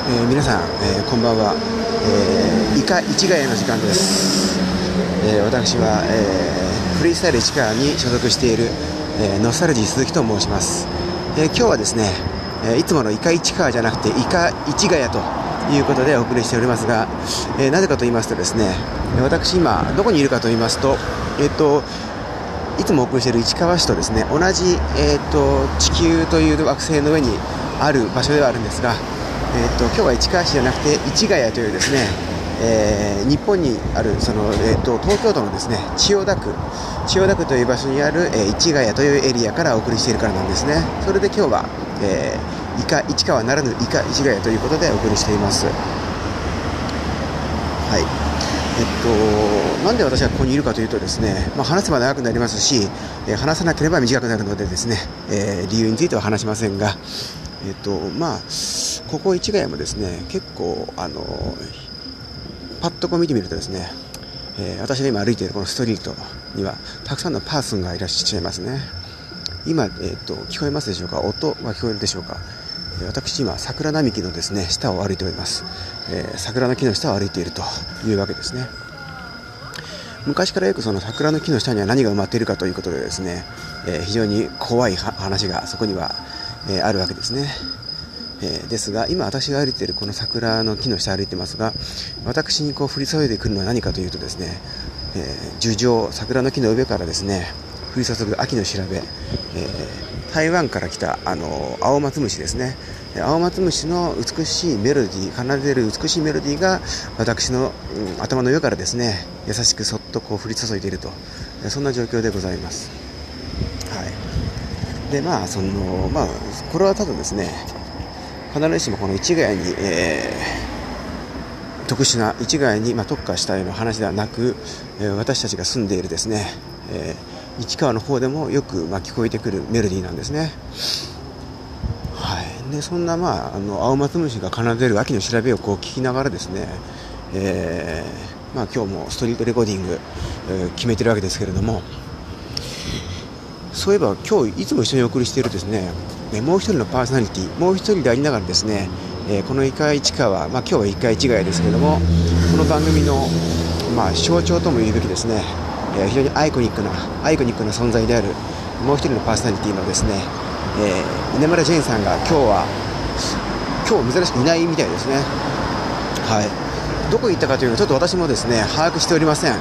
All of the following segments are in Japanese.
皆さん、こんばんは。イカ市ヶ谷の時間です。私は、フリースタイル市川に所属している、ノスタルジー鈴木と申します。今日はですね、いつものイカ市川じゃなくてイカ市ヶ谷ということでお送りしておりますが、なぜかと言いますとですね、私今どこにいるかと言いますと、いつもお送りしている市川市とですね、同じ、地球という惑星の上にある場所ではあるんですが、今日は市川市じゃなくて市ヶ谷というですね、日本にある東京都のですね千代田区という場所にある、市ヶ谷というエリアからお送りしているからなんですね。それで今日は、イカ市川ならぬイカ市ヶ谷ということでお送りしています。はい。なんで私はここにいるかというとですね、話せば長くなりますし、話さなければ短くなるのでですね、理由については話しませんが、ここ市ヶ谷もですね、結構パッとこう見てみるとですね、私が今歩いているこのストリートにはたくさんのパーソンがいらっしゃいますね。今、聞こえますでしょうか。音が聞こえるでしょうか。私今桜並木のですね下を歩いております。桜の木の下を歩いているというわけですね。昔からよくその桜の木の下には何が埋まっているかということでですね、非常に怖い話がそこには、あるわけですね。ですが今私が歩いているこの桜の木の下を歩いてますが、私にこう降り注いでくるのは何かというとですね、樹上、桜の木の上からですね降り注ぐ秋の調べ、台湾から来た青松虫ですね。青松虫の美しいメロディー、奏でる美しいメロディーが私の、頭の上からですね優しくそっとこう降り注いでいると、そんな状況でございます。はい。でこれはただですね、必ずしもこの市ヶ谷に、特殊な市ヶ谷に、特化したような話ではなく、私たちが住んでいるですね、市川の方でもよく、聞こえてくるメロディーなんですね。はい。でそんな、青松虫が奏でる秋の調べをこう聞きながらですね、今日もストリートレコーディング、決めてるわけですけれども、そういえば今日いつも一緒にお送りしているですね、もう一人のパーソナリティ、もう一人でありながらですね、このイカ市川、今日はイカ市ヶ谷ですけれども、この番組の、象徴とも言うべきですね、非常にアイコニックな存在であるもう一人のパーソナリティのですね、稲村ジェーンさんが今日珍しくいないみたいですね。はい。どこに行ったかというのはちょっと私もですね把握しておりません。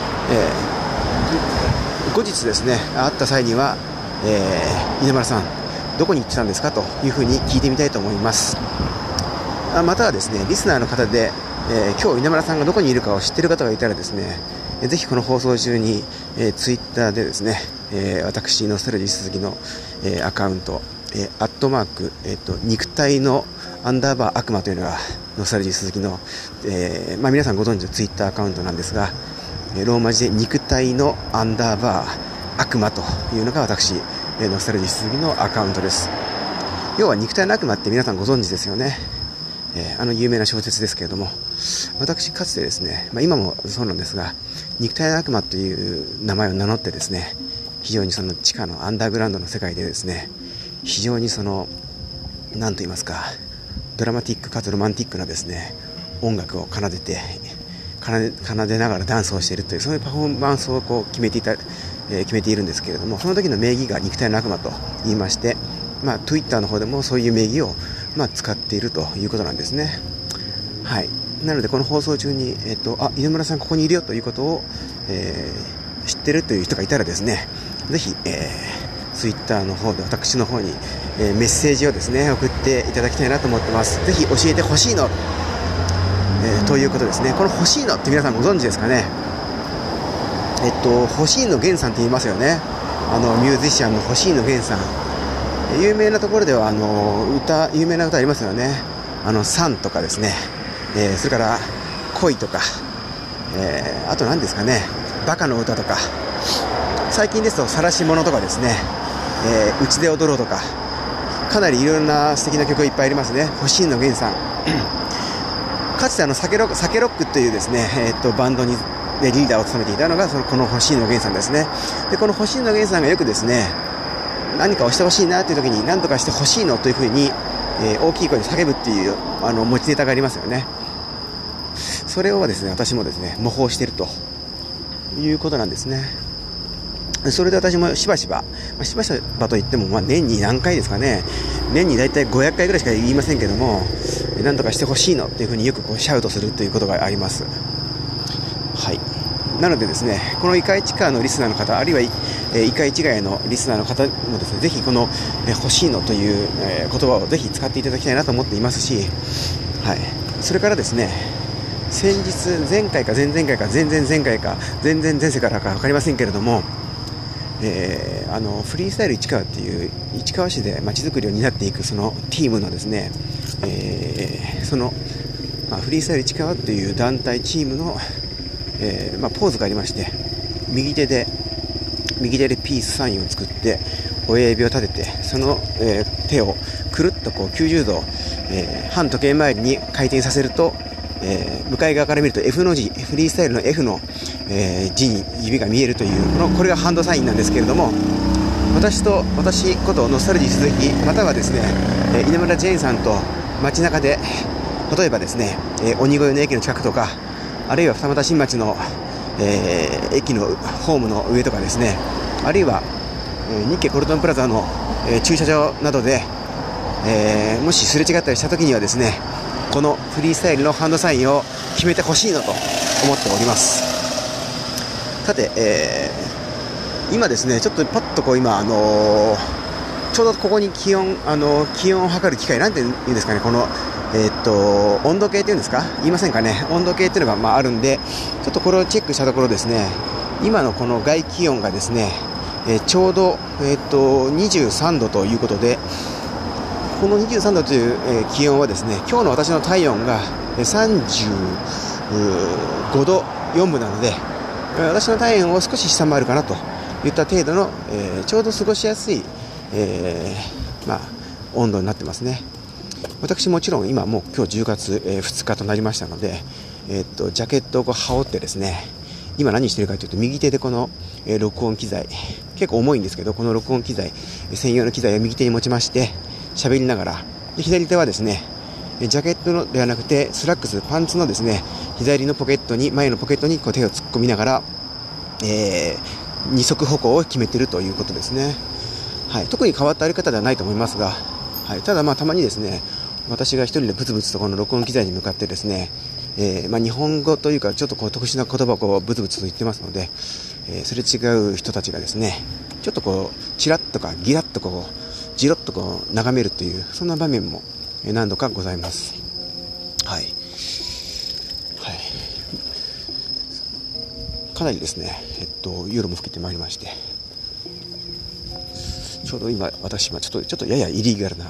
後日ですね会った際には、稲村さんどこに行ってたんですかというふうに聞いてみたいと思います。またはですねリスナーの方で、今日稲村さんがどこにいるかを知っている方がいたらですね、ぜひこの放送中に、ツイッターでですね、私ノスタルジー鈴木の、アカウント、アットマーク、肉体のアンダーバー悪魔というのがノスタルジー鈴木の、皆さんご存知のツイッターアカウントなんですが、ローマ字で肉体のアンダーバー悪魔というのが私ノスタルジー鈴木のアカウントです。要は肉体の悪魔って皆さんご存知ですよね。有名な小説ですけれども、私かつてですね、今もそうなんですが、肉体の悪魔という名前を名乗ってですね、非常にその地下のアンダーグラウンドの世界でですね、非常に何と言いますか、ドラマティックかつロマンティックなですね音楽を奏でながらダンスをしているという、そういうパフォーマンスをこう決めているんですけれども、その時の名義が肉体の悪魔と言いまして、Twitter の方でもそういう名義を使っているということなんですね。はい。なのでこの放送中に、稲村さんここにいるよということを、知ってるという人がいたらですね、ぜひ、ツイッターの方で私の方に、メッセージをですね送っていただきたいなと思ってます。ぜひ教えてほしいの、ということですね。この欲しいのって皆さんご存知ですかね。欲しいの源さんって言いますよね。ミュージシャンの欲しいの源さん、有名なところでは有名な歌ありますよね。サンとかですね、それから恋とか、あと何ですかね、バカの歌とか、最近ですと晒し者とかですね、うちで踊ろうとか、かなりいろんな素敵な曲がいっぱいありますね。欲しいの源さんかつてサケロックというですね、バンドにリーダーを務めていたのがこの星野源さんですね。でこの星野源さんがよくですね何かをしてほしいなという時に何とかしてほしいのというふうに、 大きい声で叫ぶっていう持ちネタがありますよね。それをですね、私もですね模倣しているということなんですね。それで私もしばしばといっても、年に何回ですかね、年にだいたい500回ぐらいしか言いませんけども、何とかしてほしいのっていうふうによくシャウトするということがあります。はい。なのでですね、このイカイチカのリスナーの方、あるいはイカイチガヤのリスナーの方もですね、ぜひこの欲しいのという言葉をぜひ使っていただきたいなと思っていますし、はい。それからですね、先日、前回か前々回か前々前回か前々前世からか分かりませんけれども、フリースタイル市川っていう市川市で街づくりを担っていくそのチームのですね、その、フリースタイル市川っていう団体チームの、ポーズがありまして、右手でピースサインを作って親指を立てて、その、手をくるっと90度、反時計回りに回転させると、向かい側から見ると F の字、フリースタイルの F の、字に指が見えるというこれがハンドサインなんですけれども、私ことノスタルジー鈴木、またはですね、稲村ジェーンさんと街中で、例えばですね、鬼越の駅の近くとか、あるいは二俣新町の、駅のホームの上とかですね、あるいは、日系コルトンプラザの、駐車場などで、もしすれ違ったりした時にはですね、このフリースタイルのハンドサインを決めてほしいのと思っております。さて、今ですね、ちょっとパッと今、ちょうどここに気温を測る機械、なんて言うんですかね、この、温度計っていうんですか、言いませんかね、温度計っていうのがあるんで、ちょっとこれをチェックしたところですね、今のこの外気温がですね、ちょうど、23度ということで、この23度という、気温はですね、今日の私の体温が35度4分なので、私の体温を少し下回るかなといった程度の、ちょうど過ごしやすい、温度になってますね。私もちろん今もう今日10月2日となりましたので、ジャケットを羽織ってですね、今何してるかというと、右手でこの、録音機材、結構重いんですけど、この録音機材、専用の機材を右手に持ちまして喋りながら、で左手はですね、ジャケットのではなくてスラックス、パンツのですね、左のポケットに、前のポケットに手を突っ込みながら、二足歩行を決めているということですね。はい、特に変わった歩き方ではないと思いますが、はい、ただたまにですね、私が一人でブツブツとこの録音機材に向かってですね、日本語というかちょっと特殊な言葉をブツブツと言ってますので、すれ違う人たちがですね、ちょっとチラッとかギラッとじろっと眺めるという、そんな場面も何度かございます。はい、はい、かなりですね、夜も更けてまいりまして、ちょうど今私はちょっとややイリーガルな、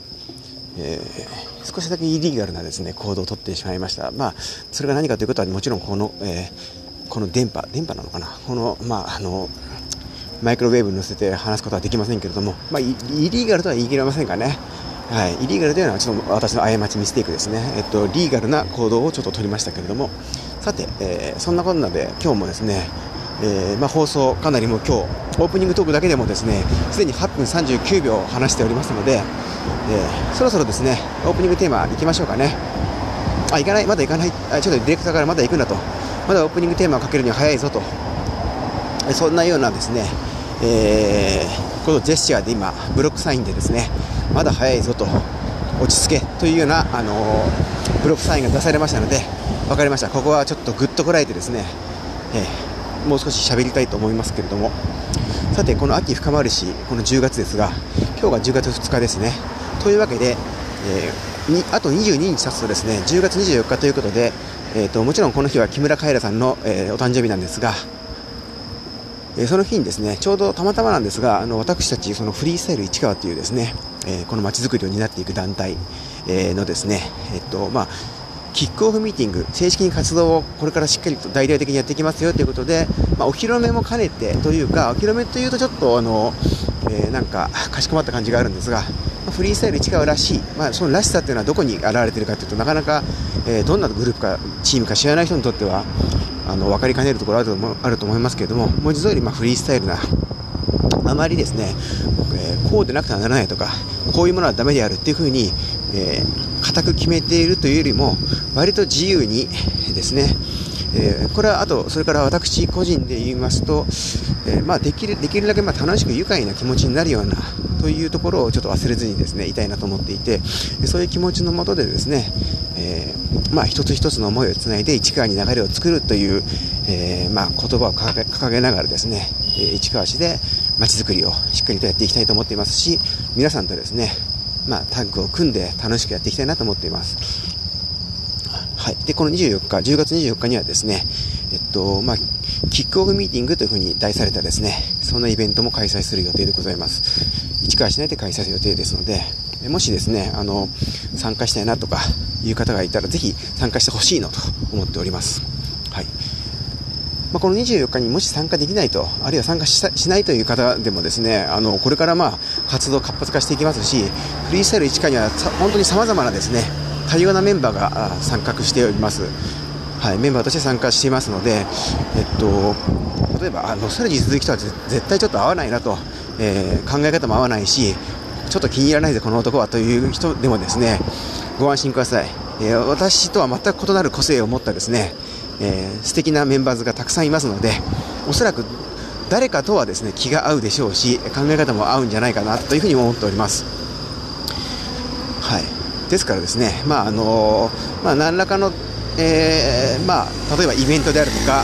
少しだけイリーガルなですね行動をとってしまいました。それが何かということは、もちろんこの電波なのかな、このマイクロウェーブに乗せて話すことはできませんけれども、イリーガルとは言い切れませんかね。はい、イリーガルというのはちょっと私の過ちミステイクですね。リーガルな行動をちょっと取りましたけれども、さて、そんなことなので今日もですね、放送かなりもう今日オープニングトークだけでもですね、すでに8分39秒話しておりますので、そろそろですねオープニングテーマ行きましょうかね。まだ行かない、ちょっとディレクターからまだ行くんだと、まだオープニングテーマをかけるには早いぞと、そんなようなですね、このジェスチャーで今ブロックサインでですね、まだ早いぞと、落ち着けというような、ブロックサインが出されましたので、分かりました、ここはちょっとグッとこらえてですね、もう少し喋りたいと思いますけれども、さてこの秋深まるし、この10月ですが、今日が10月2日ですね。というわけで、あと22日経つとですね、10月24日ということで、もちろんこの日は木村カエラさんの、お誕生日なんですが、その日にですね、ちょうどたまたまなんですが、私たちそのフリースタイル市川というですね、この街づくりを担っていく団体、のですね、キックオフミーティング、正式に活動をこれからしっかりと大々的にやっていきますよということで、お披露目も兼ねてというか、お披露目というとちょっとなんかかしこまった感じがあるんですが、フリースタイル市川らしい、そのらしさというのはどこに現れているかというと、なかなか、どんなグループかチームか知らない人にとっては分かりかねるところあると思いますけれども、文字通りフリースタイルな、あまりですね、こうでなくてはならないとか、こういうものはダメであるっていうふうに固く決めているというよりも割と自由にですね、これはそれから私個人で言いますと、できるだけ楽しく愉快な気持ちになるようなというところをちょっと忘れずにですねいたいなと思っていて、そういう気持ちのもとでですね、一つ一つの思いをつないで市川に流れを作るという、言葉を掲げながらですね、市川市で街づくりをしっかりとやっていきたいと思っていますし、皆さんとですね、タッグを組んで楽しくやっていきたいなと思っています。はい、でこの10月24日にはですね、キックオフミーティングというふうに題されたですね、そんなイベントも開催する予定でございます。市川市内で開催する予定ですので、もしですね参加したいなとかいう方がいたらぜひ参加してほしいのと思っております。はい、この24日にもし参加できないと、あるいは参加しないという方でもですね、これから活動活発化していきますし、フリースタイル市川には本当に様々なですね多様なメンバーが参画しております。はい、メンバーとして参加していますので、例えばノスタルジー鈴木とは絶対ちょっと合わないなと、考え方も合わないし、ちょっと気に入らないぜこの男はという人でもですねご安心ください。私とは全く異なる個性を持ったですね、素敵なメンバーズがたくさんいますので、おそらく誰かとはですね気が合うでしょうし、考え方も合うんじゃないかなというふうに思っております。はい、ですからですね、何らかの、例えばイベントであるとか、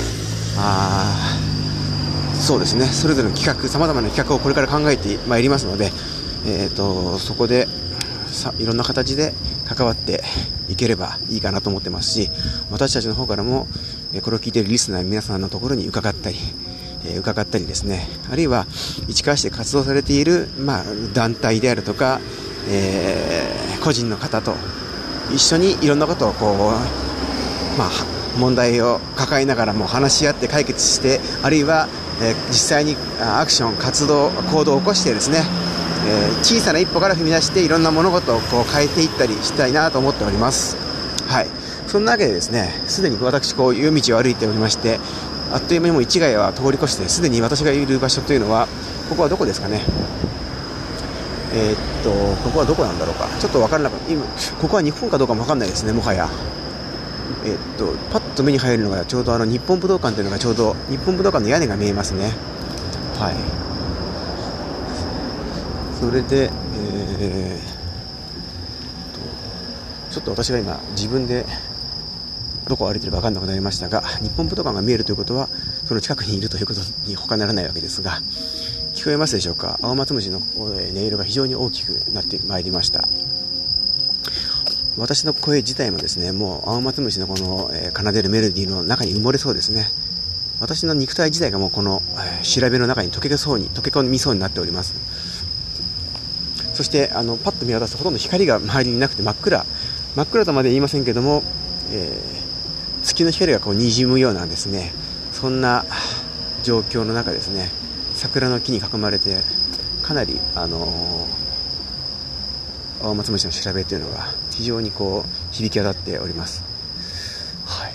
そうですね、それぞれの企画、さまざまな企画をこれから考えてまいりますので、そこでいろんな形で関わっていければいいかなと思ってますし、私たちの方からもこれを聞いているリスナーの皆さんのところに伺ったりですね、あるいは市川市で活動されている、団体であるとか、個人の方と一緒にいろんなことを問題を抱えながらも話し合って解決して、あるいは、実際にアクション、活動、行動を起こしてですね、小さな一歩から踏み出していろんな物事を変えていったりしたいなと思っております。はい、そんなわけでですね、すでに私夜道を歩いておりまして、あっという間にもう市ヶ谷は通り越して、すでに私がいる場所というのはここはどこですかね。ここはどこなんだろうか、ちょっと分からなかった。今ここは日本かどうかも分かんないですね、もはや。パッと目に入るのがちょうど日本武道館というのがちょうど日本武道館の屋根が見えますね。はい、それで、ちょっと私が今自分でどこを歩いているか分からなくなりましたが、日本武道館が見えるということはその近くにいるということに他ならないわけですが、聞こえますでしょうか。青松虫の音色が非常に大きくなってまいりました。私の声自体もですね、もう青松虫のこの、奏でるメロディーの中に埋もれそうですね。私の肉体自体がもうこの、調べの中に溶け込みそうになっております。そしてパッと見渡すとほとんど光が周りになくて真っ暗とまで言いませんけども、月の光が滲むようなですね、そんな状況の中ですね、桜の木に囲まれてかなり青松虫の調べというのが非常に響き渡っております。はい、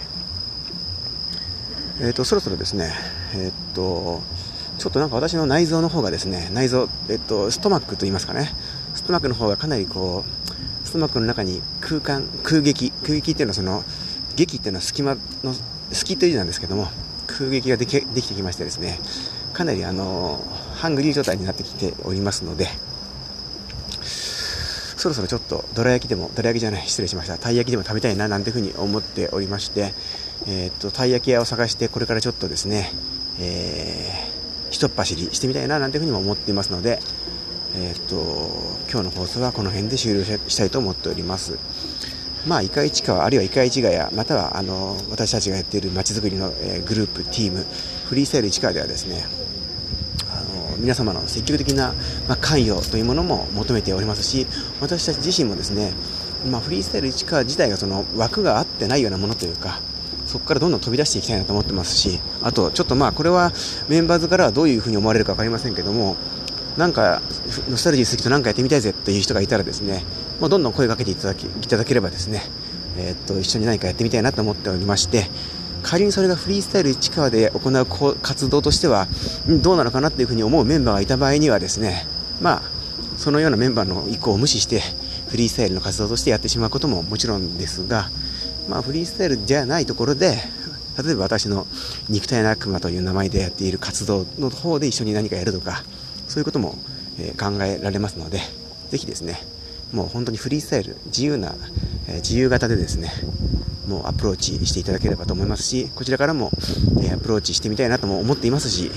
そろそろですね、ちょっとなんか私の内臓の方がですね、ストマックと言いますかね、ストマックの方がかなりストマックの中に空撃っていうのは、その撃っていうのは隙という字なんですけども、空撃ができてきましてですね、かなりハングリー状態になってきておりますので、そろそろちょっとたい焼きでも食べたいななんていうふうに思っておりまして、たい焼き屋を探してこれからちょっとですね、一っ走りしてみたいななんていうふうにも思っていますので、今日の放送はこの辺で終了したいと思っております。イカ市川、あるいはイカ市ヶ谷、または私たちがやっているまちづくりの、グループ、ティーム、フリースタイル市川ではですね、皆様の積極的な、関与というものも求めておりますし、私たち自身もですね、フリースタイル市川自体がその枠が合ってないようなものというか、そこからどんどん飛び出していきたいなと思ってますし、あとちょっとこれはメンバーズからはどういうふうに思われるか分かりませんけども、なんかノスタルジー好きとなんかやってみたいぜっていう人がいたらですね、もうどんどん声かけていただければですね、一緒に何かやってみたいなと思っておりまして、仮にそれがフリースタイル市川で行う活動としてはどうなのかなっていうふうに思うメンバーがいた場合にはですね、そのようなメンバーの意向を無視してフリースタイルの活動としてやってしまうことももちろんですが、フリースタイルじゃないところで、例えば私の肉体の悪魔という名前でやっている活動の方で一緒に何かやるとか、そういうことも、考えられますので、ぜひですね、もう本当にフリースタイル、自由型でですね、もうアプローチしていただければと思いますし、こちらからも、アプローチしてみたいなとも思っていますし、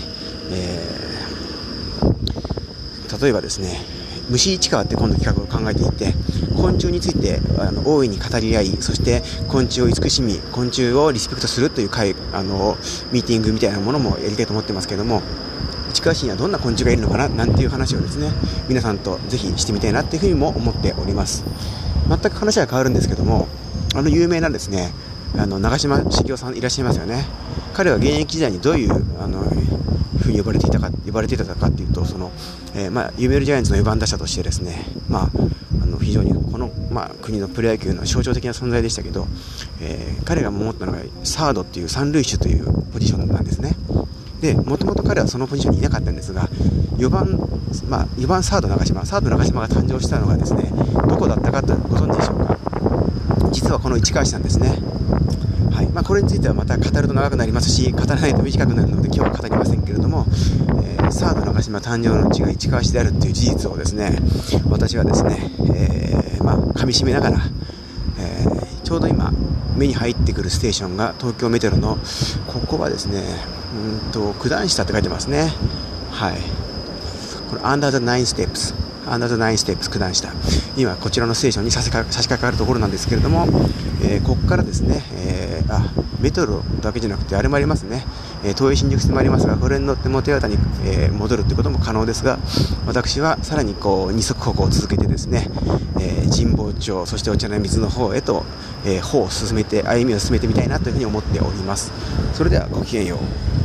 例えばですね、虫市川って今度企画を考えていて、昆虫について大いに語り合い、そして昆虫を慈しみ、昆虫をリスペクトするというミーティングみたいなものもやりたいと思ってますけども、市川市にはどんな昆虫がいるのかななんていう話をですね、皆さんとぜひしてみたいなっていうふうにも思っております。全く話は変わるんですけども、有名なですね、長嶋茂雄さんいらっしゃいますよね。彼は現役時代にどういうふうに呼ばれていたかっていうと、読売ジャイアンツの4番打者としてですね、非常にこの、国のプロ野球の象徴的な存在でしたけど、彼が守ったのがサードっていう三塁手というポジションなんですね。で、もともと彼はそのポジションにいなかったんですが、4番サード長嶋が誕生したのがですね、どこだったかとご存知でしょうか。実はこの市川市なんですね。はい。これについてはまた語ると長くなりますし、語らないと短くなるので今日は語りませんけれども、サード長嶋誕生の地が市川市であるという事実をですね、私はですね、噛み締めながら、ちょうど今目に入ってくるステーションが東京メトロの、ここはですね、九段下って書いてますね。はい。これ Under the Nine Steps 九段下、今こちらのステーションに差し掛かるところなんですけれども、ここからですね、メトロだけじゃなくてあれもありますね、東映新宿線もありますが、これに乗っても手形に、戻るということも可能ですが、私はさらに二足歩行を続けてですね、神保町、そしてお茶の水の方へと、歩みを進めてみたいなというふうに思っております。それではごきげんよう。